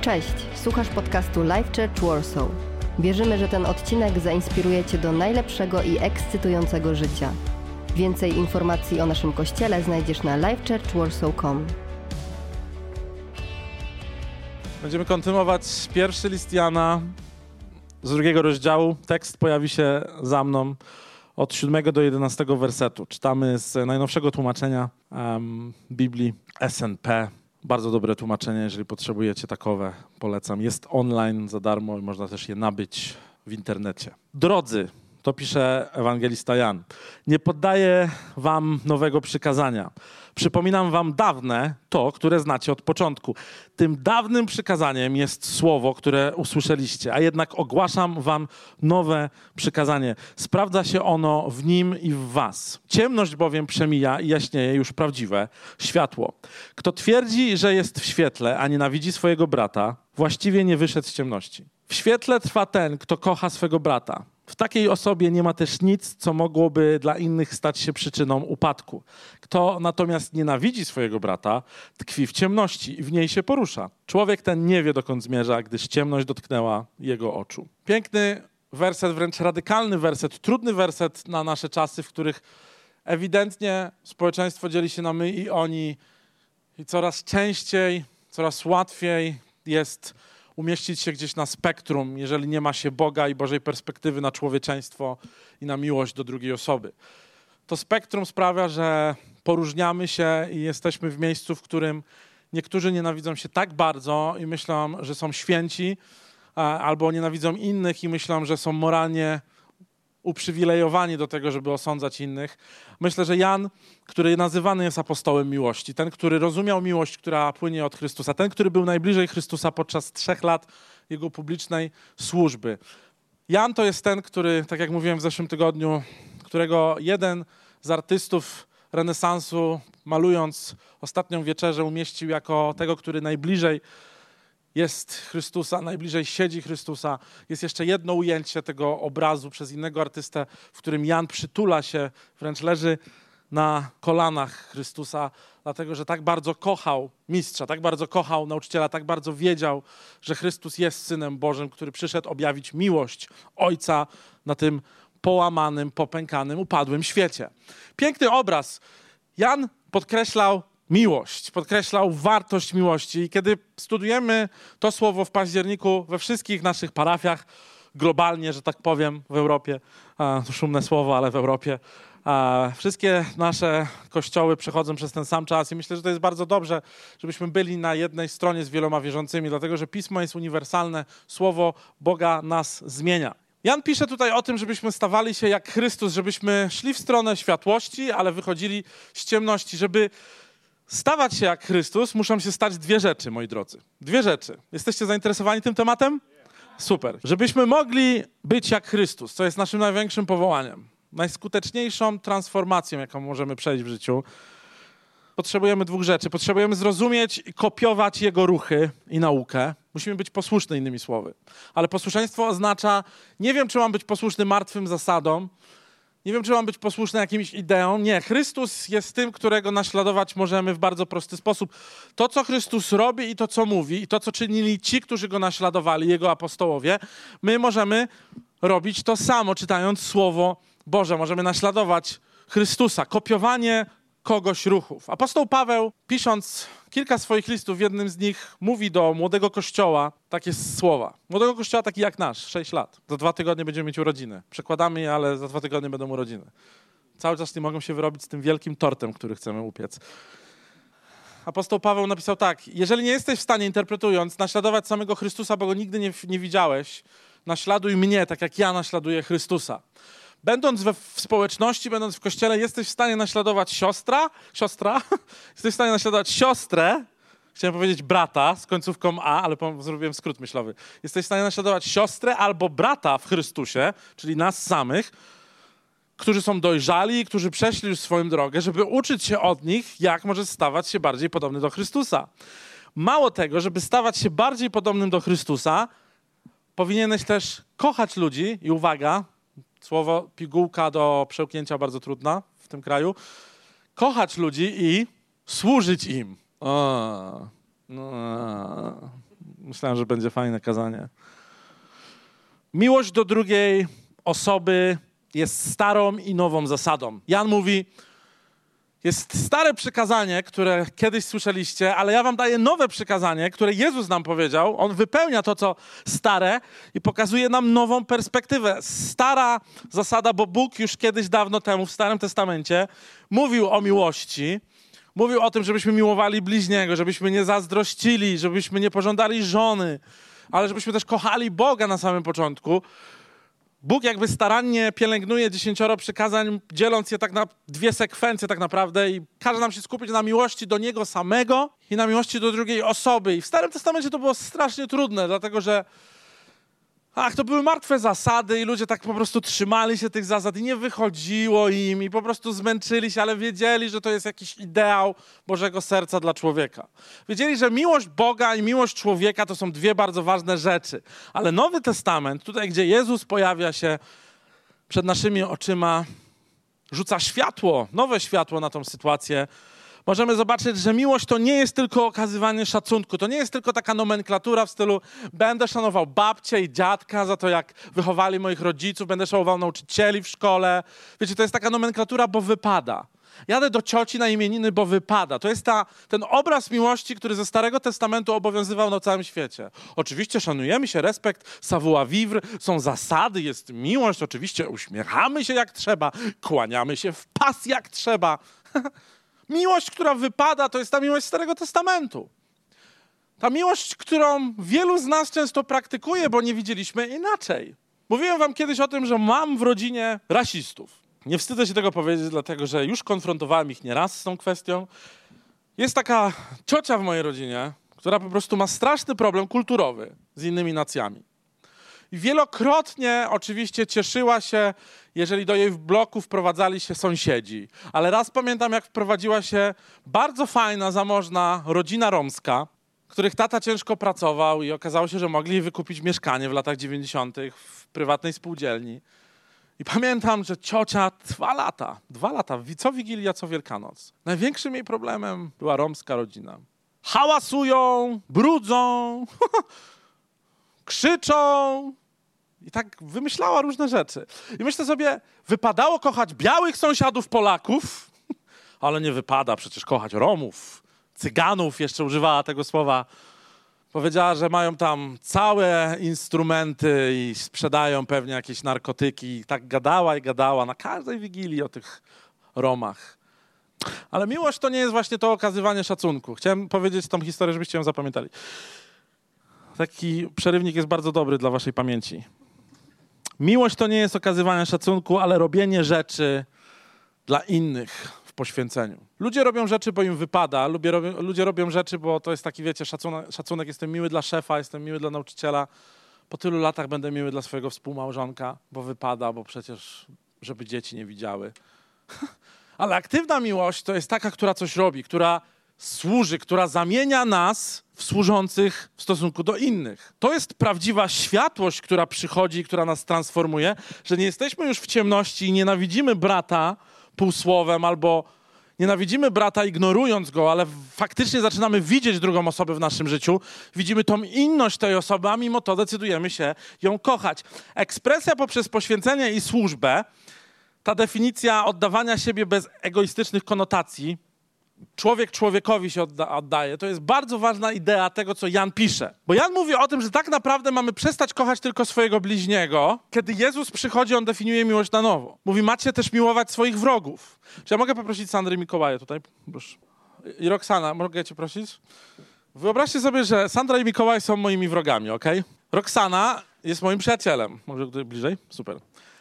Cześć, słuchasz podcastu Life Church Warsaw. Wierzymy, że ten odcinek zainspiruje Cię do najlepszego i ekscytującego życia. Więcej informacji o naszym kościele znajdziesz na lifechurchwarsaw.com. Będziemy kontynuować pierwszy list Jana z 2 rozdziału. Tekst pojawi się za mną od 7 do 11 wersetu. Czytamy z najnowszego tłumaczenia Biblii SNP. Bardzo dobre tłumaczenie, jeżeli potrzebujecie takowe, polecam. Jest online za darmo i można też je nabyć w internecie. Drodzy, to pisze ewangelista Jan, nie poddaję wam nowego przykazania. Przypominam wam dawne, to, które znacie od początku. Tym dawnym przykazaniem jest słowo, które usłyszeliście, a jednak ogłaszam wam nowe przykazanie. Sprawdza się ono w nim i w was. Ciemność bowiem przemija i jaśnieje już prawdziwe światło. Kto twierdzi, że jest w świetle, a nienawidzi swojego brata, właściwie nie wyszedł z ciemności. W świetle trwa ten, kto kocha swego brata. W takiej osobie nie ma też nic, co mogłoby dla innych stać się przyczyną upadku. Kto natomiast nienawidzi swojego brata, tkwi w ciemności i w niej się porusza. Człowiek ten nie wie, dokąd zmierza, gdyż ciemność dotknęła jego oczu. Piękny werset, wręcz radykalny werset, trudny werset na nasze czasy, w których ewidentnie społeczeństwo dzieli się na my i oni i coraz częściej, coraz łatwiej jest umieścić się gdzieś na spektrum, jeżeli nie ma się Boga i Bożej perspektywy na człowieczeństwo i na miłość do drugiej osoby. To spektrum sprawia, że poróżniamy się i jesteśmy w miejscu, w którym niektórzy nienawidzą się tak bardzo i myślą, że są święci, albo nienawidzą innych i myślą, że są moralnie uprzywilejowani do tego, żeby osądzać innych. Myślę, że Jan, który nazywany jest apostołem miłości, ten, który rozumiał miłość, która płynie od Chrystusa, ten, który był najbliżej Chrystusa podczas 3 lat jego publicznej służby. Jan to jest ten, który, tak jak mówiłem w zeszłym tygodniu, którego jeden z artystów renesansu, malując Ostatnią Wieczerzę, umieścił jako tego, który najbliżej jest Chrystusa, najbliżej siedzi Chrystusa. Jest jeszcze jedno ujęcie tego obrazu przez innego artystę, w którym Jan przytula się, wręcz leży na kolanach Chrystusa, dlatego że tak bardzo kochał mistrza, tak bardzo kochał nauczyciela, tak bardzo wiedział, że Chrystus jest Synem Bożym, który przyszedł objawić miłość Ojca na tym połamanym, popękanym, upadłym świecie. Piękny obraz. Jan podkreślał miłość, podkreślał wartość miłości. I kiedy studujemy to słowo w październiku we wszystkich naszych parafiach, globalnie, że tak powiem, w Europie, to szumne słowo, ale w Europie, wszystkie nasze kościoły przechodzą przez ten sam czas i myślę, że to jest bardzo dobrze, żebyśmy byli na jednej stronie z wieloma wierzącymi, dlatego że Pismo jest uniwersalne, słowo Boga nas zmienia. Jan pisze tutaj o tym, żebyśmy stawali się jak Chrystus, żebyśmy szli w stronę światłości, ale wychodzili z ciemności. Żeby stawać się jak Chrystus, muszą się stać 2 rzeczy, moi drodzy. 2 rzeczy. Jesteście zainteresowani tym tematem? Super. Żebyśmy mogli być jak Chrystus, co jest naszym największym powołaniem, najskuteczniejszą transformacją, jaką możemy przejść w życiu, potrzebujemy 2 rzeczy. Potrzebujemy zrozumieć i kopiować Jego ruchy i naukę. Musimy być posłuszni, innymi słowy. Ale posłuszeństwo oznacza, nie wiem, czy mam być posłuszny martwym zasadom, nie wiem, czy mam być posłuszny jakimś ideom. Nie, Chrystus jest tym, którego naśladować możemy w bardzo prosty sposób. To, co Chrystus robi i to, co mówi, i to, co czynili ci, którzy Go naśladowali, Jego apostołowie, my możemy robić to samo, czytając Słowo Boże. Możemy naśladować Chrystusa. Kopiowanie kogoś ruchów. Apostoł Paweł, pisząc kilka swoich listów, w jednym z nich mówi do młodego kościoła takie słowa. Młodego kościoła taki jak nasz, 6 lat. Za 2 tygodnie będziemy mieć urodziny. Przekładamy je, ale za 2 tygodnie będą urodziny. Cały czas nie mogą się wyrobić z tym wielkim tortem, który chcemy upiec. Apostoł Paweł napisał tak: jeżeli nie jesteś w stanie, interpretując, naśladować samego Chrystusa, bo Go nigdy nie widziałeś, naśladuj mnie, tak jak ja naśladuję Chrystusa. Będąc w społeczności, będąc w kościele, jesteś w stanie naśladować siostra? Jesteś w stanie naśladować siostrę, chciałem powiedzieć brata z końcówką A, ale zrobiłem skrót myślowy. Jesteś w stanie naśladować siostrę albo brata w Chrystusie, czyli nas samych, którzy są dojrzali, którzy przeszli już swoją drogę, żeby uczyć się od nich, jak może stawać się bardziej podobny do Chrystusa. Mało tego, żeby stawać się bardziej podobnym do Chrystusa, powinieneś też kochać ludzi i uwaga, słowo pigułka do przełknięcia bardzo trudna w tym kraju. Kochać ludzi i służyć im. Myślałem, że będzie fajne kazanie. Miłość do drugiej osoby jest starą i nową zasadą. Jan mówi, jest stare przykazanie, które kiedyś słyszeliście, ale ja wam daję nowe przykazanie, które Jezus nam powiedział. On wypełnia to, co stare i pokazuje nam nową perspektywę. Stara zasada, bo Bóg już kiedyś dawno temu w Starym Testamencie mówił o miłości. Mówił o tym, żebyśmy miłowali bliźniego, żebyśmy nie zazdrościli, żebyśmy nie pożądali żony, ale żebyśmy też kochali Boga na samym początku. Bóg jakby starannie pielęgnuje 10 przykazań, dzieląc je tak na 2 sekwencje tak naprawdę i każe nam się skupić na miłości do Niego samego i na miłości do drugiej osoby. I w Starym Testamencie to było strasznie trudne, dlatego że to były martwe zasady i ludzie tak po prostu trzymali się tych zasad i nie wychodziło im i po prostu zmęczyli się, ale wiedzieli, że to jest jakiś ideał Bożego serca dla człowieka. Wiedzieli, że miłość Boga i miłość człowieka to są 2 bardzo ważne rzeczy. Ale Nowy Testament, tutaj gdzie Jezus pojawia się przed naszymi oczyma, rzuca światło, nowe światło na tą sytuację. Możemy zobaczyć, że miłość to nie jest tylko okazywanie szacunku. To nie jest tylko taka nomenklatura w stylu będę szanował babcię i dziadka za to, jak wychowali moich rodziców, będę szanował nauczycieli w szkole. Wiecie, to jest taka nomenklatura, bo wypada. Jadę do cioci na imieniny, bo wypada. To jest ten obraz miłości, który ze Starego Testamentu obowiązywał na całym świecie. Oczywiście szanujemy się, respekt, savoir vivre, są zasady, jest miłość, oczywiście uśmiechamy się jak trzeba, kłaniamy się w pas jak trzeba. Miłość, która wypada, to jest ta miłość Starego Testamentu. Ta miłość, którą wielu z nas często praktykuje, bo nie widzieliśmy inaczej. Mówiłem wam kiedyś o tym, że mam w rodzinie rasistów. Nie wstydzę się tego powiedzieć, dlatego że już konfrontowałem ich nieraz z tą kwestią. Jest taka ciocia w mojej rodzinie, która po prostu ma straszny problem kulturowy z innymi nacjami. I wielokrotnie oczywiście cieszyła się, jeżeli do jej bloku wprowadzali się sąsiedzi. Ale raz pamiętam, jak wprowadziła się bardzo fajna, zamożna rodzina romska, których tata ciężko pracował i okazało się, że mogli wykupić mieszkanie w latach 90. w prywatnej spółdzielni. I pamiętam, że ciocia 2 lata, co Wigilia, co Wielkanoc. Największym jej problemem była romska rodzina. Hałasują, brudzą, krzyczą i tak wymyślała różne rzeczy. I myślę sobie, wypadało kochać białych sąsiadów Polaków, ale nie wypada przecież kochać Romów, Cyganów, jeszcze używała tego słowa. Powiedziała, że mają tam całe instrumenty i sprzedają pewnie jakieś narkotyki. I tak gadała i gadała na każdej Wigilii o tych Romach. Ale miłość to nie jest właśnie to okazywanie szacunku. Chciałem powiedzieć tą historię, żebyście ją zapamiętali. Taki przerywnik jest bardzo dobry dla waszej pamięci. Miłość to nie jest okazywanie szacunku, ale robienie rzeczy dla innych w poświęceniu. Ludzie robią rzeczy, bo im wypada. Ludzie robią rzeczy, bo to jest taki, wiecie, szacunek. Jestem miły dla szefa, jestem miły dla nauczyciela. Po tylu latach będę miły dla swojego współmałżonka, bo wypada, bo przecież, żeby dzieci nie widziały. Ale aktywna miłość to jest taka, która coś robi, która służy, która zamienia nas w służących w stosunku do innych. To jest prawdziwa światłość, która przychodzi, która nas transformuje, że nie jesteśmy już w ciemności i nienawidzimy brata półsłowem albo nienawidzimy brata ignorując go, ale faktycznie zaczynamy widzieć drugą osobę w naszym życiu. Widzimy tą inność tej osoby, a mimo to decydujemy się ją kochać. Ekspresja poprzez poświęcenie i służbę, ta definicja oddawania siebie bez egoistycznych konotacji, człowiek człowiekowi się oddaje. To jest bardzo ważna idea tego, co Jan pisze. Bo Jan mówi o tym, że tak naprawdę mamy przestać kochać tylko swojego bliźniego. Kiedy Jezus przychodzi, on definiuje miłość na nowo. Mówi, macie też miłować swoich wrogów. Czy ja mogę poprosić Sandrę i Mikołaja tutaj? Proszę. I Roxana, mogę cię prosić? Wyobraźcie sobie, że Sandra i Mikołaj są moimi wrogami, okej? Roxana jest moim przyjacielem. Może tutaj bliżej? Super.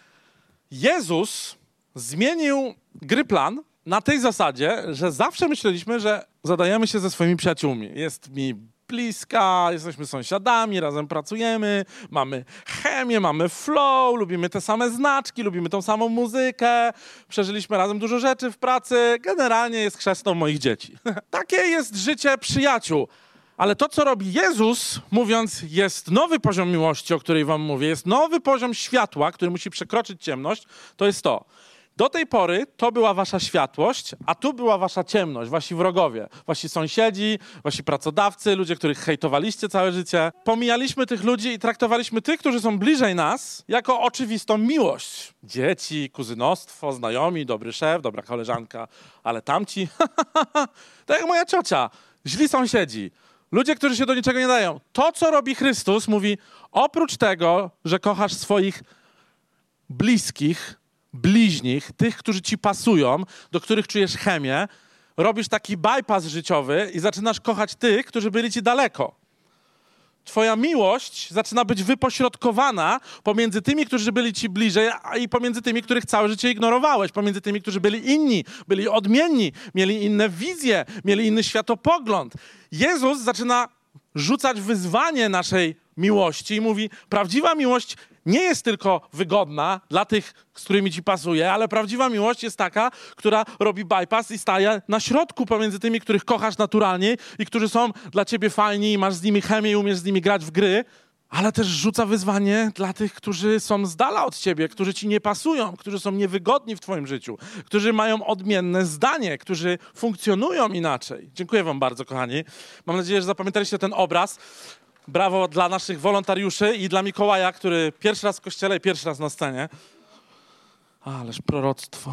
Jezus zmienił gry plan na tej zasadzie, że zawsze myśleliśmy, że zadajemy się ze swoimi przyjaciółmi. Jest mi bliska, jesteśmy sąsiadami, razem pracujemy, mamy chemię, mamy flow, lubimy te same znaczki, lubimy tą samą muzykę, przeżyliśmy razem dużo rzeczy w pracy, generalnie jest chrzestną moich dzieci. Takie jest życie przyjaciół. Ale to, co robi Jezus, mówiąc, jest nowy poziom miłości, o której wam mówię, jest nowy poziom światła, który musi przekroczyć ciemność, to jest to. Do tej pory to była wasza światłość, a tu była wasza ciemność, wasi wrogowie, wasi sąsiedzi, wasi pracodawcy, ludzie, których hejtowaliście całe życie. Pomijaliśmy tych ludzi i traktowaliśmy tych, którzy są bliżej nas, jako oczywistą miłość. Dzieci, kuzynostwo, znajomi, dobry szef, dobra koleżanka, ale tamci, tak jak moja ciocia, źli sąsiedzi, ludzie, którzy się do niczego nie dają. To, co robi Chrystus, mówi, oprócz tego, że kochasz swoich bliskich, bliźnich, tych, którzy ci pasują, do których czujesz chemię, robisz taki bypass życiowy i zaczynasz kochać tych, którzy byli ci daleko. Twoja miłość zaczyna być wypośrodkowana pomiędzy tymi, którzy byli ci bliżej, a i pomiędzy tymi, których całe życie ignorowałeś, pomiędzy tymi, którzy byli inni, byli odmienni, mieli inne wizje, mieli inny światopogląd. Jezus zaczyna rzucać wyzwanie naszej miłości i mówi, prawdziwa miłość nie jest tylko wygodna dla tych, z którymi ci pasuje, ale prawdziwa miłość jest taka, która robi bypass i staje na środku pomiędzy tymi, których kochasz naturalnie i którzy są dla ciebie fajni i masz z nimi chemię i umiesz z nimi grać w gry, ale też rzuca wyzwanie dla tych, którzy są z dala od ciebie, którzy ci nie pasują, którzy są niewygodni w twoim życiu, którzy mają odmienne zdanie, którzy funkcjonują inaczej. Dziękuję wam bardzo, kochani. Mam nadzieję, że zapamiętaliście ten obraz. Brawo dla naszych wolontariuszy i dla Mikołaja, który pierwszy raz w kościele i pierwszy raz na scenie. Ależ proroctwo.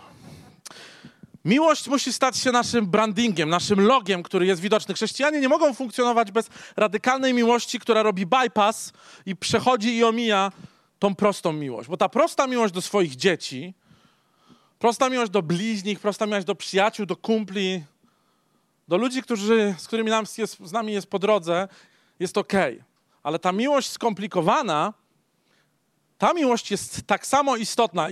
Miłość musi stać się naszym brandingiem, naszym logiem, który jest widoczny. Chrześcijanie nie mogą funkcjonować bez radykalnej miłości, która robi bypass i przechodzi i omija tą prostą miłość. Bo ta prosta miłość do swoich dzieci, prosta miłość do bliźnich, prosta miłość do przyjaciół, do kumpli, do ludzi, z którymi z nami jest po drodze, jest okej. Ale ta miłość skomplikowana, ta miłość jest tak samo istotna. I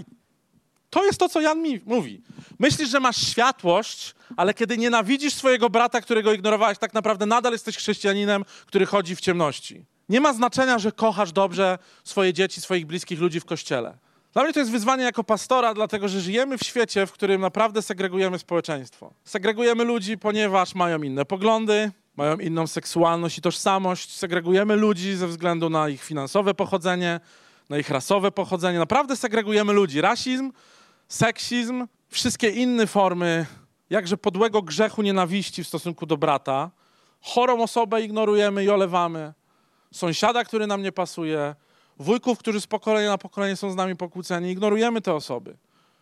to jest to, co Jan mi mówi. Myślisz, że masz światłość, ale kiedy nienawidzisz swojego brata, którego ignorowałeś, tak naprawdę nadal jesteś chrześcijaninem, który chodzi w ciemności. Nie ma znaczenia, że kochasz dobrze swoje dzieci, swoich bliskich ludzi w kościele. Dla mnie to jest wyzwanie jako pastora, dlatego że żyjemy w świecie, w którym naprawdę segregujemy społeczeństwo. Segregujemy ludzi, ponieważ mają inne poglądy, mają inną seksualność i tożsamość. Segregujemy ludzi ze względu na ich finansowe pochodzenie, na ich rasowe pochodzenie. Naprawdę segregujemy ludzi. Rasizm, seksizm, wszystkie inne formy jakże podłego grzechu nienawiści w stosunku do brata. Chorą osobę ignorujemy i olewamy. Sąsiada, który nam nie pasuje. Wujków, którzy z pokolenia na pokolenie są z nami pokłóceni. Ignorujemy te osoby.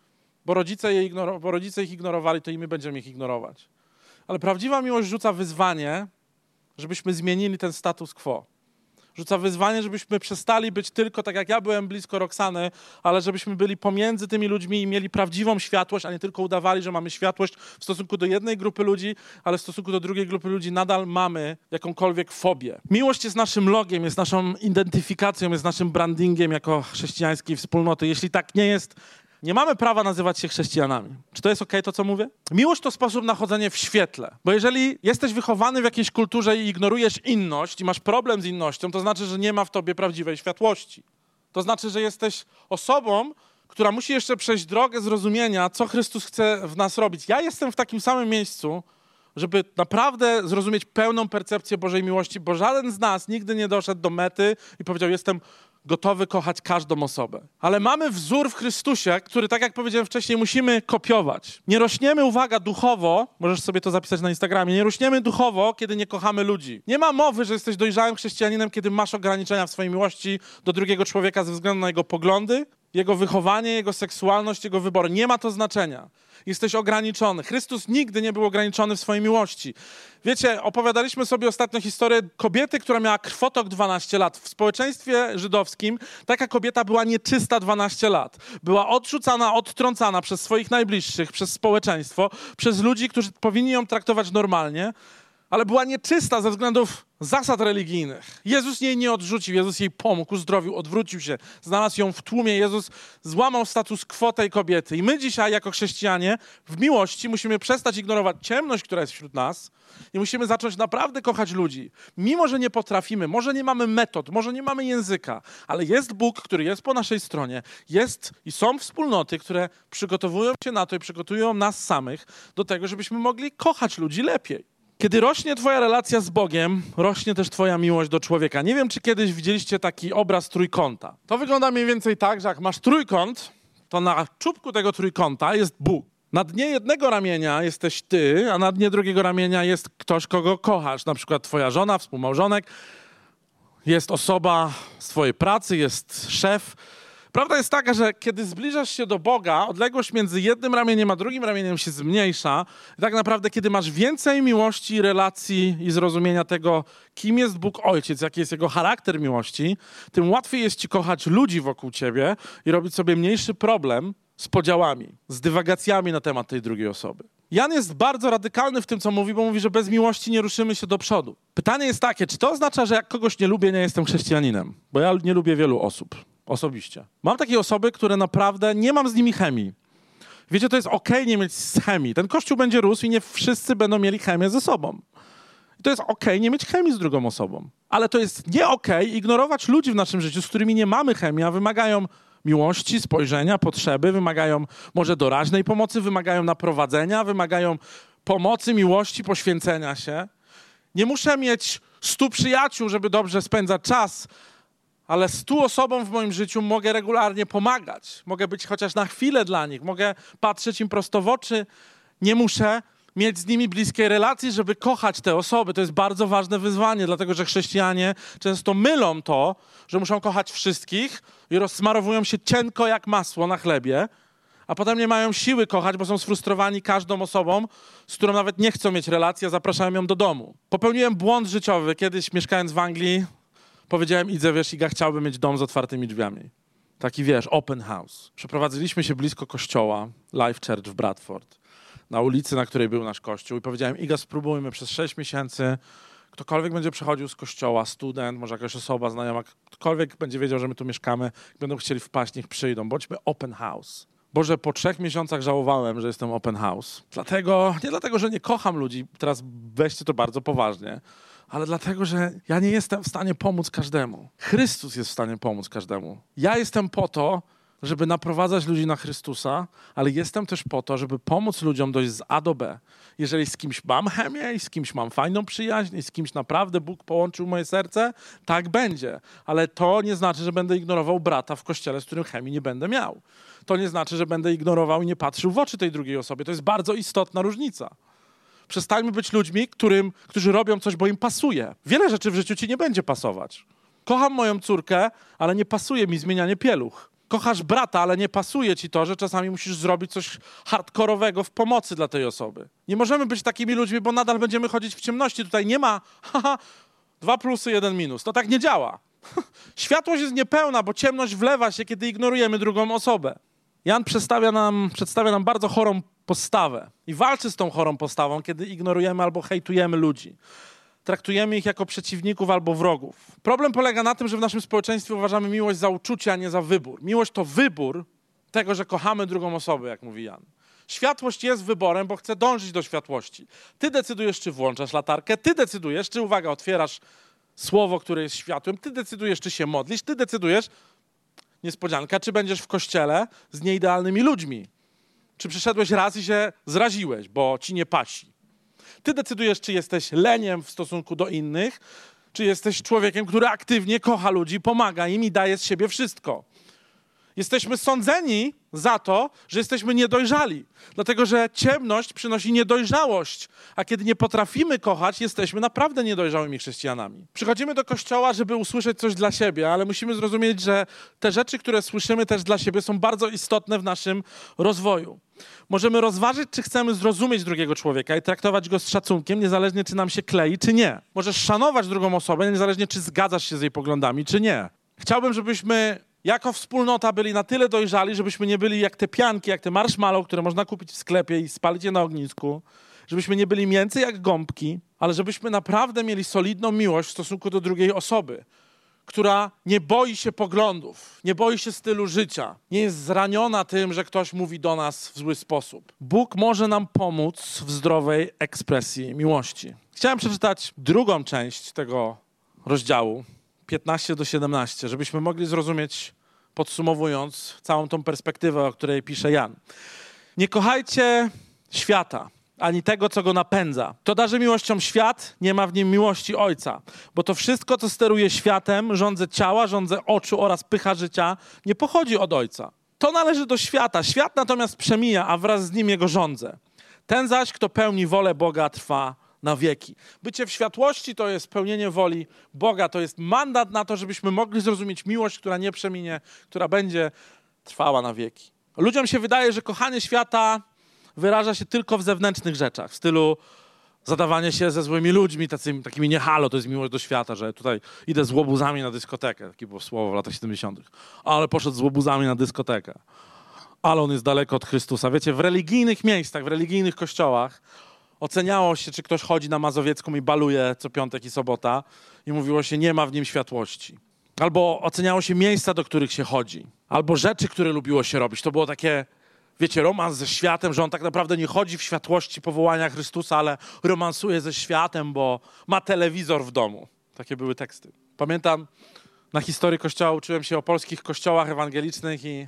Bo rodzice ich ignorowali, to i my będziemy ich ignorować. Ale prawdziwa miłość rzuca wyzwanie, żebyśmy zmienili ten status quo. Rzuca wyzwanie, żebyśmy przestali być tylko, tak jak ja byłem blisko Roxany, ale żebyśmy byli pomiędzy tymi ludźmi i mieli prawdziwą światłość, a nie tylko udawali, że mamy światłość w stosunku do jednej grupy ludzi, ale w stosunku do drugiej grupy ludzi nadal mamy jakąkolwiek fobię. Miłość jest naszym logiem, jest naszą identyfikacją, jest naszym brandingiem jako chrześcijańskiej wspólnoty. Jeśli tak nie jest, nie mamy prawa nazywać się chrześcijanami. Czy to jest okej, to co mówię? Miłość to sposób na chodzenie w świetle. Bo jeżeli jesteś wychowany w jakiejś kulturze i ignorujesz inność i masz problem z innością, to znaczy, że nie ma w tobie prawdziwej światłości. To znaczy, że jesteś osobą, która musi jeszcze przejść drogę zrozumienia, co Chrystus chce w nas robić. Ja jestem w takim samym miejscu, żeby naprawdę zrozumieć pełną percepcję Bożej miłości, bo żaden z nas nigdy nie doszedł do mety i powiedział, jestem gotowy kochać każdą osobę. Ale mamy wzór w Chrystusie, który, tak jak powiedziałem wcześniej, musimy kopiować. Nie rośniemy, uwaga, duchowo, możesz sobie to zapisać na Instagramie, nie rośniemy duchowo, kiedy nie kochamy ludzi. Nie ma mowy, że jesteś dojrzałym chrześcijaninem, kiedy masz ograniczenia w swojej miłości do drugiego człowieka ze względu na jego poglądy, jego wychowanie, jego seksualność, jego wybory. Nie ma to znaczenia. Jesteś ograniczony. Chrystus nigdy nie był ograniczony w swojej miłości. Wiecie, opowiadaliśmy sobie ostatnio historię kobiety, która miała krwotok 12 lat. W społeczeństwie żydowskim taka kobieta była nieczysta 12 lat. Była odrzucana, odtrącana przez swoich najbliższych, przez społeczeństwo, przez ludzi, którzy powinni ją traktować normalnie, ale była nieczysta ze względów zasad religijnych. Jezus jej nie odrzucił, Jezus jej pomógł, uzdrowił, odwrócił się, znalazł ją w tłumie. Jezus złamał status quo tej kobiety. I my dzisiaj jako chrześcijanie w miłości musimy przestać ignorować ciemność, która jest wśród nas i musimy zacząć naprawdę kochać ludzi. Mimo, że nie potrafimy, może nie mamy metod, może nie mamy języka, ale jest Bóg, który jest po naszej stronie. Jest i są wspólnoty, które przygotowują się na to i przygotują nas samych do tego, żebyśmy mogli kochać ludzi lepiej. Kiedy rośnie twoja relacja z Bogiem, rośnie też twoja miłość do człowieka. Nie wiem, czy kiedyś widzieliście taki obraz trójkąta. To wygląda mniej więcej tak, że jak masz trójkąt, to na czubku tego trójkąta jest Bóg. Na dnie jednego ramienia jesteś ty, a na dnie drugiego ramienia jest ktoś, kogo kochasz. Na przykład twoja żona, współmałżonek, jest osoba z twojej pracy, jest szef. Prawda jest taka, że kiedy zbliżasz się do Boga, odległość między jednym ramieniem a drugim ramieniem się zmniejsza. I tak naprawdę, kiedy masz więcej miłości, relacji i zrozumienia tego, kim jest Bóg Ojciec, jaki jest Jego charakter miłości, tym łatwiej jest ci kochać ludzi wokół ciebie i robić sobie mniejszy problem z podziałami, z dywagacjami na temat tej drugiej osoby. Jan jest bardzo radykalny w tym, co mówi, bo mówi, że bez miłości nie ruszymy się do przodu. Pytanie jest takie, czy to oznacza, że jak kogoś nie lubię, nie jestem chrześcijaninem? Bo ja nie lubię wielu osób. Osobiście. Mam takie osoby, które naprawdę nie mam z nimi chemii. Wiecie, to jest okej nie mieć chemii. Ten kościół będzie rósł i nie wszyscy będą mieli chemię ze sobą. I to jest okej nie mieć chemii z drugą osobą. Ale to jest nie okej ignorować ludzi w naszym życiu, z którymi nie mamy chemii, a wymagają miłości, spojrzenia, potrzeby, wymagają może doraźnej pomocy, wymagają naprowadzenia, wymagają pomocy, miłości, poświęcenia się. Nie muszę mieć 100 przyjaciół, żeby dobrze spędzać czas, ale 100 osobom w moim życiu mogę regularnie pomagać. Mogę być chociaż na chwilę dla nich. Mogę patrzeć im prosto w oczy. Nie muszę mieć z nimi bliskiej relacji, żeby kochać te osoby. To jest bardzo ważne wyzwanie, dlatego że chrześcijanie często mylą to, że muszą kochać wszystkich i rozsmarowują się cienko jak masło na chlebie, a potem nie mają siły kochać, bo są sfrustrowani każdą osobą, z którą nawet nie chcą mieć relacji, a zapraszają ją do domu. Popełniłem błąd życiowy. Kiedyś mieszkając w Anglii, powiedziałem, Idze, wiesz, Iga, chciałbym mieć dom z otwartymi drzwiami. Taki, wiesz, open house. Przeprowadziliśmy się blisko kościoła, Life Church w Bradford, na ulicy, na której był nasz kościół i powiedziałem, Iga, spróbujmy przez 6 miesięcy, ktokolwiek będzie przechodził z kościoła, student, może jakaś osoba znajoma, ktokolwiek będzie wiedział, że my tu mieszkamy, będą chcieli wpaść, niech przyjdą. Bądźmy open house. Boże, po 3 miesiącach żałowałem, że jestem open house. Nie dlatego, że nie kocham ludzi, teraz weźcie to bardzo poważnie, ale dlatego, że ja nie jestem w stanie pomóc każdemu. Chrystus jest w stanie pomóc każdemu. Ja jestem po to, żeby naprowadzać ludzi na Chrystusa, ale jestem też po to, żeby pomóc ludziom dojść z A do B. Jeżeli z kimś mam chemię i z kimś mam fajną przyjaźń i z kimś naprawdę Bóg połączył moje serce, tak będzie. Ale to nie znaczy, że będę ignorował brata w kościele, z którym chemii nie będę miał. To nie znaczy, że będę ignorował i nie patrzył w oczy tej drugiej osobie. To jest bardzo istotna różnica. Przestańmy być ludźmi, którzy robią coś, bo im pasuje. Wiele rzeczy w życiu ci nie będzie pasować. Kocham moją córkę, ale nie pasuje mi zmienianie pieluch. Kochasz brata, ale nie pasuje ci to, że czasami musisz zrobić coś hardkorowego w pomocy dla tej osoby. Nie możemy być takimi ludźmi, bo nadal będziemy chodzić w ciemności. Tutaj nie ma 2 plusy, 1 minus. To tak nie działa. Światłość jest niepełna, bo ciemność wlewa się, kiedy ignorujemy drugą osobę. Jan przedstawia nam bardzo chorą postawę i walczy z tą chorą postawą, kiedy ignorujemy albo hejtujemy ludzi. Traktujemy ich jako przeciwników albo wrogów. Problem polega na tym, że w naszym społeczeństwie uważamy miłość za uczucie, a nie za wybór. Miłość to wybór tego, że kochamy drugą osobę, jak mówi Jan. Światłość jest wyborem, bo chce dążyć do światłości. Ty decydujesz, czy włączasz latarkę, ty decydujesz, czy, uwaga, otwierasz słowo, które jest światłem, ty decydujesz, czy się modlisz, ty decydujesz, niespodzianka, czy będziesz w kościele z nieidealnymi ludźmi. Czy przyszedłeś raz i się zraziłeś, bo ci nie pasi. Ty decydujesz, czy jesteś leniem w stosunku do innych, czy jesteś człowiekiem, który aktywnie kocha ludzi, pomaga im i daje z siebie wszystko. Jesteśmy sądzeni za to, że jesteśmy niedojrzali, dlatego że ciemność przynosi niedojrzałość, a kiedy nie potrafimy kochać, jesteśmy naprawdę niedojrzałymi chrześcijanami. Przychodzimy do kościoła, żeby usłyszeć coś dla siebie, ale musimy zrozumieć, że te rzeczy, które słyszymy też dla siebie, są bardzo istotne w naszym rozwoju. Możemy rozważyć, czy chcemy zrozumieć drugiego człowieka i traktować go z szacunkiem, niezależnie czy nam się klei, czy nie. Możesz szanować drugą osobę, niezależnie czy zgadzasz się z jej poglądami, czy nie. Chciałbym, żebyśmy jako wspólnota byli na tyle dojrzali, żebyśmy nie byli jak te pianki, jak te marshmallow, które można kupić w sklepie i spalić je na ognisku. Żebyśmy nie byli mięcy jak gąbki, ale żebyśmy naprawdę mieli solidną miłość w stosunku do drugiej osoby, która nie boi się poglądów, nie boi się stylu życia, nie jest zraniona tym, że ktoś mówi do nas w zły sposób. Bóg może nam pomóc w zdrowej ekspresji miłości. Chciałem przeczytać drugą część tego rozdziału, 15 do 17, żebyśmy mogli zrozumieć, podsumowując, całą tą perspektywę, o której pisze Jan. Nie kochajcie świata, ani tego, co go napędza. Kto darzy miłością świat, nie ma w nim miłości Ojca. Bo to wszystko, co steruje światem, żądze ciała, żądze oczu oraz pycha życia, nie pochodzi od Ojca. To należy do świata. Świat natomiast przemija, a wraz z nim jego żądze. Ten zaś, kto pełni wolę Boga, trwa na wieki. Bycie w światłości to jest pełnienie woli Boga. To jest mandat na to, żebyśmy mogli zrozumieć miłość, która nie przeminie, która będzie trwała na wieki. Ludziom się wydaje, że kochanie świata wyraża się tylko w zewnętrznych rzeczach, w stylu zadawanie się ze złymi ludźmi, takimi nie halo, to jest miłość do świata, że tutaj idę z łobuzami na dyskotekę. Takie było słowo w latach 70. Ale poszedł z łobuzami na dyskotekę. Ale on jest daleko od Chrystusa. Wiecie, w religijnych miejscach, w religijnych kościołach oceniało się, czy ktoś chodzi na Mazowiecką i baluje co piątek i sobota i mówiło się, nie ma w nim światłości. Albo oceniało się miejsca, do których się chodzi. Albo rzeczy, które lubiło się robić. To było takie, wiecie, romans ze światem, że on tak naprawdę nie chodzi w światłości powołania Chrystusa, ale romansuje ze światem, bo ma telewizor w domu. Takie były teksty. Pamiętam, na historii Kościoła uczyłem się o polskich kościołach ewangelicznych i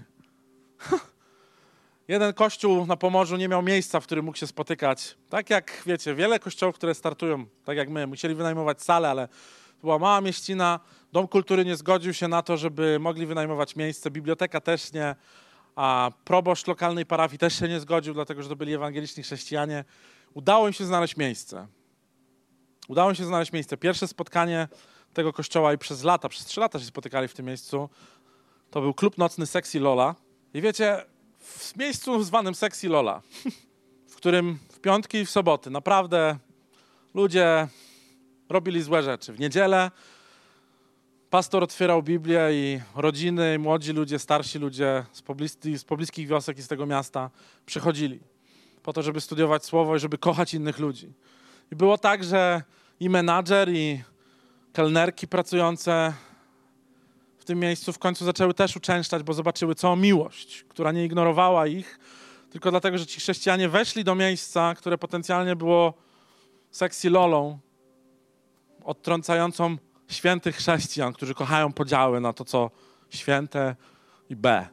jeden kościół na Pomorzu nie miał miejsca, w którym mógł się spotykać. Tak jak, wiecie, wiele kościołów, które startują, tak jak my, musieli wynajmować salę, ale to była mała mieścina. Dom Kultury nie zgodził się na to, żeby mogli wynajmować miejsce. Biblioteka też nie, a proboszcz lokalnej parafii też się nie zgodził, dlatego że to byli ewangeliczni chrześcijanie. Udało im się znaleźć miejsce. Pierwsze spotkanie tego kościoła i przez 3 lata się spotykali w tym miejscu. To był klub nocny Sexy Lola. I wiecie, w miejscu zwanym Sexy Lola, w którym w piątki i w soboty naprawdę ludzie robili złe rzeczy. W niedzielę pastor otwierał Biblię i rodziny, młodzi ludzie, starsi ludzie z pobliskich wiosek i z tego miasta przychodzili po to, żeby studiować Słowo i żeby kochać innych ludzi. I było tak, że i menadżer, i kelnerki pracujące w tym miejscu w końcu zaczęły też uczęszczać, bo zobaczyły całą miłość, która nie ignorowała ich, tylko dlatego, że ci chrześcijanie weszli do miejsca, które potencjalnie było Sexy Lolą, odtrącającą świętych chrześcijan, którzy kochają podziały na to, co święte i B.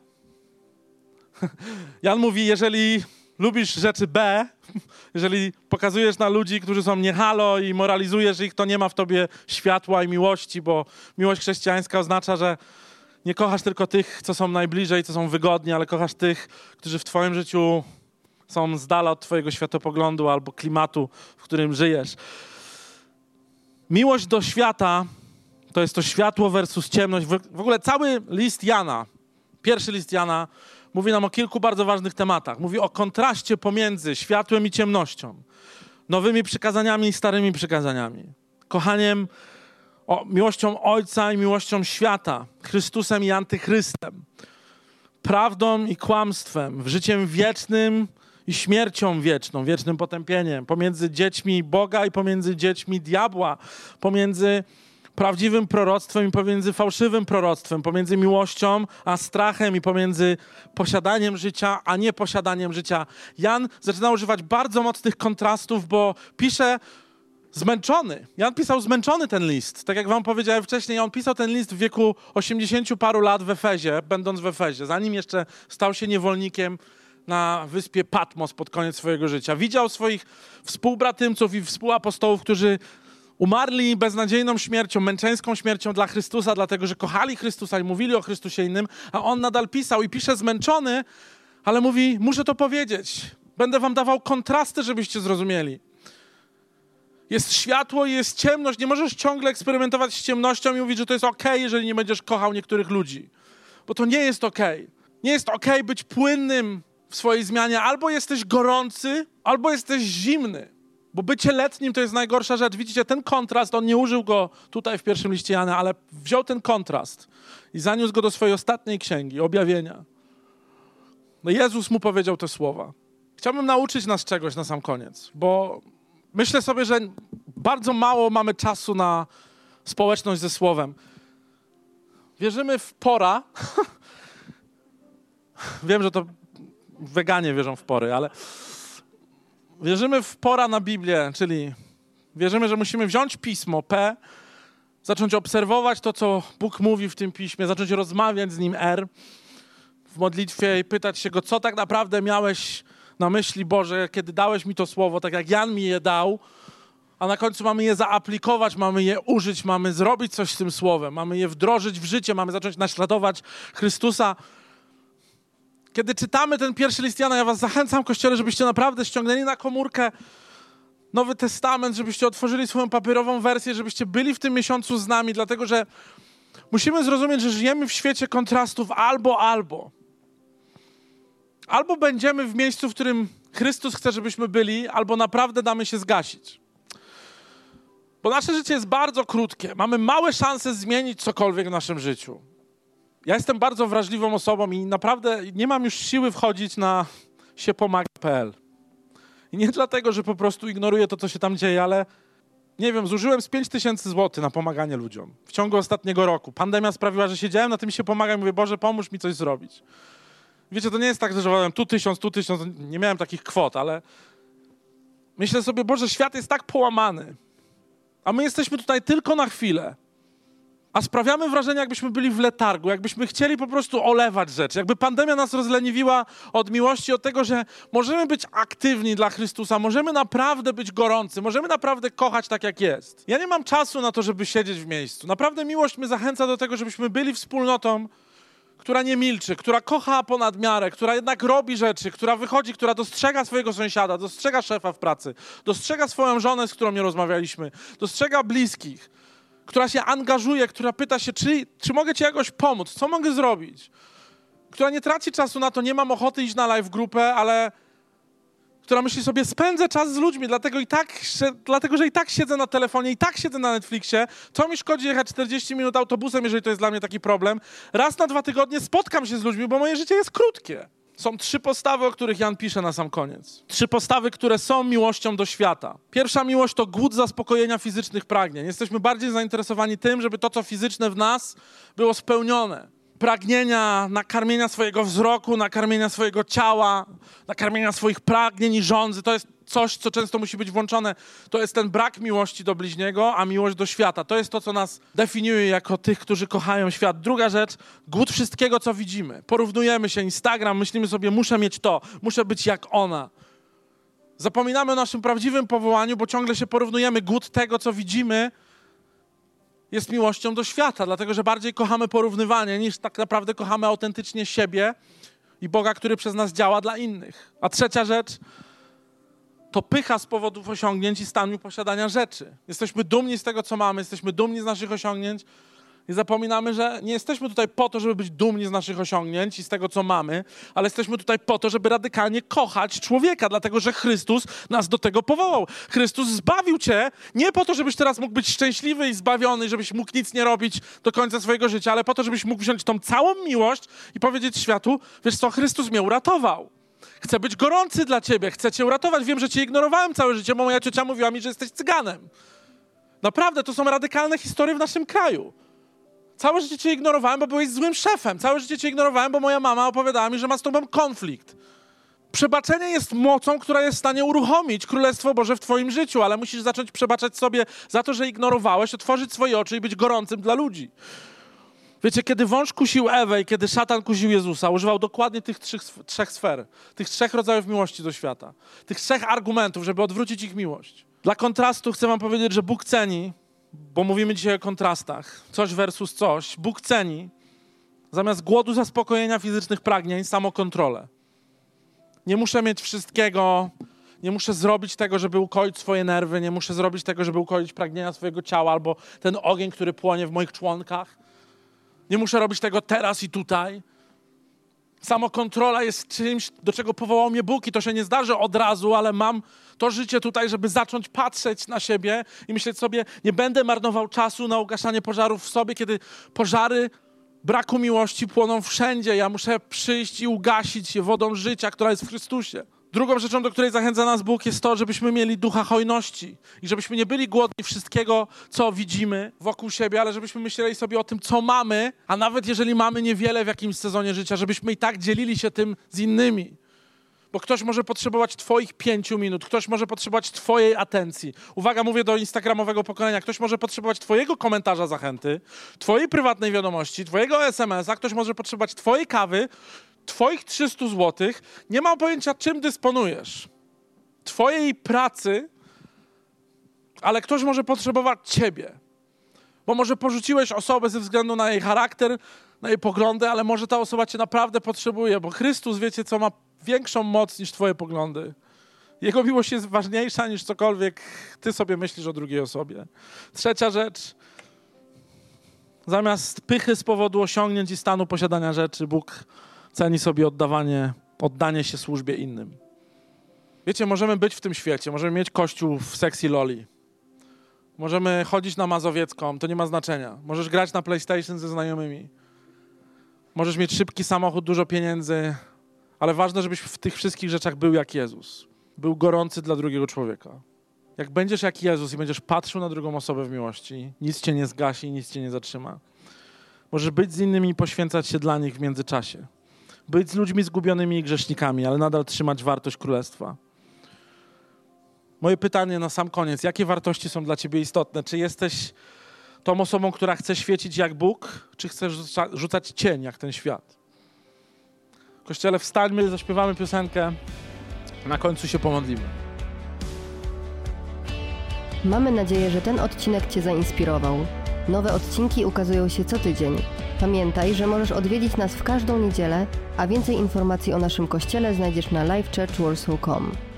Jan mówi, jeżeli lubisz rzeczy B, jeżeli pokazujesz na ludzi, którzy są nie halo i moralizujesz ich, to nie ma w tobie światła i miłości, bo miłość chrześcijańska oznacza, że nie kochasz tylko tych, co są najbliżej, co są wygodni, ale kochasz tych, którzy w twoim życiu są z dala od twojego światopoglądu albo klimatu, w którym żyjesz. Miłość do świata to jest to światło versus ciemność. W ogóle cały list Jana, pierwszy list Jana, mówi nam o kilku bardzo ważnych tematach. Mówi o kontraście pomiędzy światłem i ciemnością, nowymi przykazaniami i starymi przykazaniami, kochaniem, miłością Ojca i miłością świata, Chrystusem i antychrystem, prawdą i kłamstwem, życiem wiecznym i śmiercią wieczną, wiecznym potępieniem, pomiędzy dziećmi Boga i pomiędzy dziećmi diabła, pomiędzy prawdziwym proroctwem i pomiędzy fałszywym proroctwem, pomiędzy miłością a strachem i pomiędzy posiadaniem życia a nieposiadaniem życia. Jan zaczyna używać bardzo mocnych kontrastów, bo pisze zmęczony. Jan pisał zmęczony ten list. Tak jak wam powiedziałem wcześniej, on pisał ten list w wieku 80 paru lat w Efezie, będąc w Efezie, zanim jeszcze stał się niewolnikiem na wyspie Patmos pod koniec swojego życia. Widział swoich współbratymców i współapostołów, którzy umarli beznadziejną śmiercią, męczeńską śmiercią dla Chrystusa, dlatego że kochali Chrystusa i mówili o Chrystusie innym, a on nadal pisał i pisze zmęczony, ale mówi, muszę to powiedzieć. Będę wam dawał kontrasty, żebyście zrozumieli. Jest światło i jest ciemność. Nie możesz ciągle eksperymentować z ciemnością i mówić, że to jest okej, jeżeli nie będziesz kochał niektórych ludzi. Bo to nie jest okej. Nie jest okej być płynnym w swojej zmianie. Albo jesteś gorący, albo jesteś zimny. Bo bycie letnim to jest najgorsza rzecz. Widzicie, ten kontrast, on nie użył go tutaj w pierwszym liście Jana, ale wziął ten kontrast i zaniósł go do swojej ostatniej księgi, Objawienia. No Jezus mu powiedział te słowa. Chciałbym nauczyć nas czegoś na sam koniec, bo myślę sobie, że bardzo mało mamy czasu na społeczność ze Słowem. Wierzymy w pora. Wiem, że to weganie wierzą w pory, ale wierzymy w pora na Biblię, czyli wierzymy, że musimy wziąć pismo P, zacząć obserwować to, co Bóg mówi w tym piśmie, zacząć rozmawiać z nim R w modlitwie i pytać się go, co tak naprawdę miałeś na myśli, Boże, kiedy dałeś mi to słowo, tak jak Jan mi je dał, a na końcu mamy je zaaplikować, mamy je użyć, mamy zrobić coś z tym słowem, mamy je wdrożyć w życie, mamy zacząć naśladować Chrystusa. Kiedy czytamy ten pierwszy list Jana, ja was zachęcam, Kościele, żebyście naprawdę ściągnęli na komórkę Nowy Testament, żebyście otworzyli swoją papierową wersję, żebyście byli w tym miesiącu z nami, dlatego że musimy zrozumieć, że żyjemy w świecie kontrastów albo. Albo będziemy w miejscu, w którym Chrystus chce, żebyśmy byli, albo naprawdę damy się zgasić. Bo nasze życie jest bardzo krótkie. Mamy małe szanse zmienić cokolwiek w naszym życiu. Ja jestem bardzo wrażliwą osobą i naprawdę nie mam już siły wchodzić na siepomaga.pl. I nie dlatego, że po prostu ignoruję to, co się tam dzieje, ale nie wiem, zużyłem z 5000 zł na pomaganie ludziom w ciągu ostatniego roku. Pandemia sprawiła, że siedziałem na tym Siepomaga i mówię, Boże, pomóż mi coś zrobić. Wiecie, to nie jest tak, że żałem tu 1000, nie miałem takich kwot, ale myślę sobie, Boże, świat jest tak połamany, a my jesteśmy tutaj tylko na chwilę, a sprawiamy wrażenie, jakbyśmy byli w letargu, jakbyśmy chcieli po prostu olewać rzeczy, jakby pandemia nas rozleniwiła od miłości, od tego, że możemy być aktywni dla Chrystusa, możemy naprawdę być gorący, możemy naprawdę kochać tak, jak jest. Ja nie mam czasu na to, żeby siedzieć w miejscu. Naprawdę miłość mnie zachęca do tego, żebyśmy byli wspólnotą, która nie milczy, która kocha ponad miarę, która jednak robi rzeczy, która wychodzi, która dostrzega swojego sąsiada, dostrzega szefa w pracy, dostrzega swoją żonę, z którą nie rozmawialiśmy, dostrzega bliskich, która się angażuje, która pyta się, czy mogę ci jakoś pomóc, co mogę zrobić, która nie traci czasu na to, nie mam ochoty iść na live grupę, ale która myśli sobie, spędzę czas z ludźmi, dlatego że i tak siedzę na telefonie, i tak siedzę na Netflixie, co mi szkodzi jechać 40 minut autobusem, jeżeli to jest dla mnie taki problem. Raz na 2 tygodnie spotkam się z ludźmi, bo moje życie jest krótkie. Są 3 postawy, o których Jan pisze na sam koniec. 3 postawy, które są miłością do świata. Pierwsza miłość to głód zaspokojenia fizycznych pragnień. Jesteśmy bardziej zainteresowani tym, żeby to, co fizyczne w nas, było spełnione. Pragnienia nakarmienia swojego wzroku, nakarmienia swojego ciała, nakarmienia swoich pragnień i żądzy. To jest coś, co często musi być włączone. To jest ten brak miłości do bliźniego, a miłość do świata. To jest to, co nas definiuje jako tych, którzy kochają świat. Druga rzecz, głód wszystkiego, co widzimy. Porównujemy się, Instagram, myślimy sobie, muszę mieć to, muszę być jak ona. Zapominamy o naszym prawdziwym powołaniu, bo ciągle się porównujemy. Głód tego, co widzimy, jest miłością do świata, dlatego że bardziej kochamy porównywanie, niż tak naprawdę kochamy autentycznie siebie i Boga, który przez nas działa dla innych. A trzecia rzecz to pycha z powodów osiągnięć i stanu posiadania rzeczy. Jesteśmy dumni z tego, co mamy, jesteśmy dumni z naszych osiągnięć i zapominamy, że nie jesteśmy tutaj po to, żeby być dumni z naszych osiągnięć i z tego, co mamy, ale jesteśmy tutaj po to, żeby radykalnie kochać człowieka, dlatego że Chrystus nas do tego powołał. Chrystus zbawił cię nie po to, żebyś teraz mógł być szczęśliwy i zbawiony, żebyś mógł nic nie robić do końca swojego życia, ale po to, żebyś mógł wziąć tą całą miłość i powiedzieć światu, wiesz co, Chrystus mnie uratował. Chcę być gorący dla ciebie, chcę cię uratować. Wiem, że cię ignorowałem całe życie, bo moja ciocia mówiła mi, że jesteś cyganem. Naprawdę, to są radykalne historie w naszym kraju. Całe życie cię ignorowałem, bo byłeś złym szefem. Całe życie cię ignorowałem, bo moja mama opowiadała mi, że ma z tobą konflikt. Przebaczenie jest mocą, która jest w stanie uruchomić Królestwo Boże w twoim życiu, ale musisz zacząć przebaczać sobie za to, że ignorowałeś, otworzyć swoje oczy i być gorącym dla ludzi. Wiecie, kiedy wąż kusił Ewę i kiedy szatan kusił Jezusa, używał dokładnie tych 3 sfer, tych 3 rodzajów miłości do świata, tych 3 argumentów, żeby odwrócić ich miłość. Dla kontrastu chcę wam powiedzieć, że Bóg ceni, bo mówimy dzisiaj o kontrastach, coś versus coś, Bóg ceni zamiast głodu zaspokojenia fizycznych pragnień samokontrolę. Nie muszę mieć wszystkiego, nie muszę zrobić tego, żeby ukoić swoje nerwy, nie muszę zrobić tego, żeby ukoić pragnienia swojego ciała albo ten ogień, który płonie w moich członkach. Nie muszę robić tego teraz i tutaj. Samokontrola jest czymś, do czego powołał mnie Bóg i to się nie zdarzy od razu, ale mam to życie tutaj, żeby zacząć patrzeć na siebie i myśleć sobie, nie będę marnował czasu na ugaszanie pożarów w sobie, kiedy pożary braku miłości płoną wszędzie. Ja muszę przyjść i ugasić je wodą życia, która jest w Chrystusie. Drugą rzeczą, do której zachęca nas Bóg, jest to, żebyśmy mieli ducha hojności i żebyśmy nie byli głodni wszystkiego, co widzimy wokół siebie, ale żebyśmy myśleli sobie o tym, co mamy, a nawet jeżeli mamy niewiele w jakimś sezonie życia, żebyśmy i tak dzielili się tym z innymi. Bo ktoś może potrzebować twoich 5 minut, ktoś może potrzebować twojej atencji. Uwaga, mówię do instagramowego pokolenia. Ktoś może potrzebować twojego komentarza zachęty, twojej prywatnej wiadomości, twojego SMS-a, ktoś może potrzebować twojej kawy, twoich 300 złotych. Nie mam pojęcia, czym dysponujesz. Twojej pracy, ale ktoś może potrzebować ciebie. Bo może porzuciłeś osobę ze względu na jej charakter, na jej poglądy, ale może ta osoba cię naprawdę potrzebuje, bo Chrystus, wiecie co, ma większą moc niż twoje poglądy. Jego miłość jest ważniejsza niż cokolwiek ty sobie myślisz o drugiej osobie. Trzecia rzecz. Zamiast pychy z powodu osiągnięć i stanu posiadania rzeczy, Bóg ceni sobie oddanie się służbie innym. Wiecie, możemy być w tym świecie, możemy mieć kościół w sexy loli. Możemy chodzić na Mazowiecką, to nie ma znaczenia. Możesz grać na PlayStation ze znajomymi. Możesz mieć szybki samochód, dużo pieniędzy, ale ważne, żebyś w tych wszystkich rzeczach był jak Jezus. Był gorący dla drugiego człowieka. Jak będziesz jak Jezus i będziesz patrzył na drugą osobę w miłości, nic cię nie zgasi, nic cię nie zatrzyma. Możesz być z innymi i poświęcać się dla nich w międzyczasie. Być z ludźmi zgubionymi i grzesznikami, ale nadal trzymać wartość królestwa. Moje pytanie na sam koniec. Jakie wartości są dla ciebie istotne? Czy jesteś tą osobą, która chce świecić jak Bóg, czy chcesz rzucać cień jak ten świat? Kościele, wstańmy, zaśpiewamy piosenkę, na końcu się pomodlimy. Mamy nadzieję, że ten odcinek cię zainspirował. Nowe odcinki ukazują się co tydzień. Pamiętaj, że możesz odwiedzić nas w każdą niedzielę, a więcej informacji o naszym kościele znajdziesz na livechurchwarsaw.com.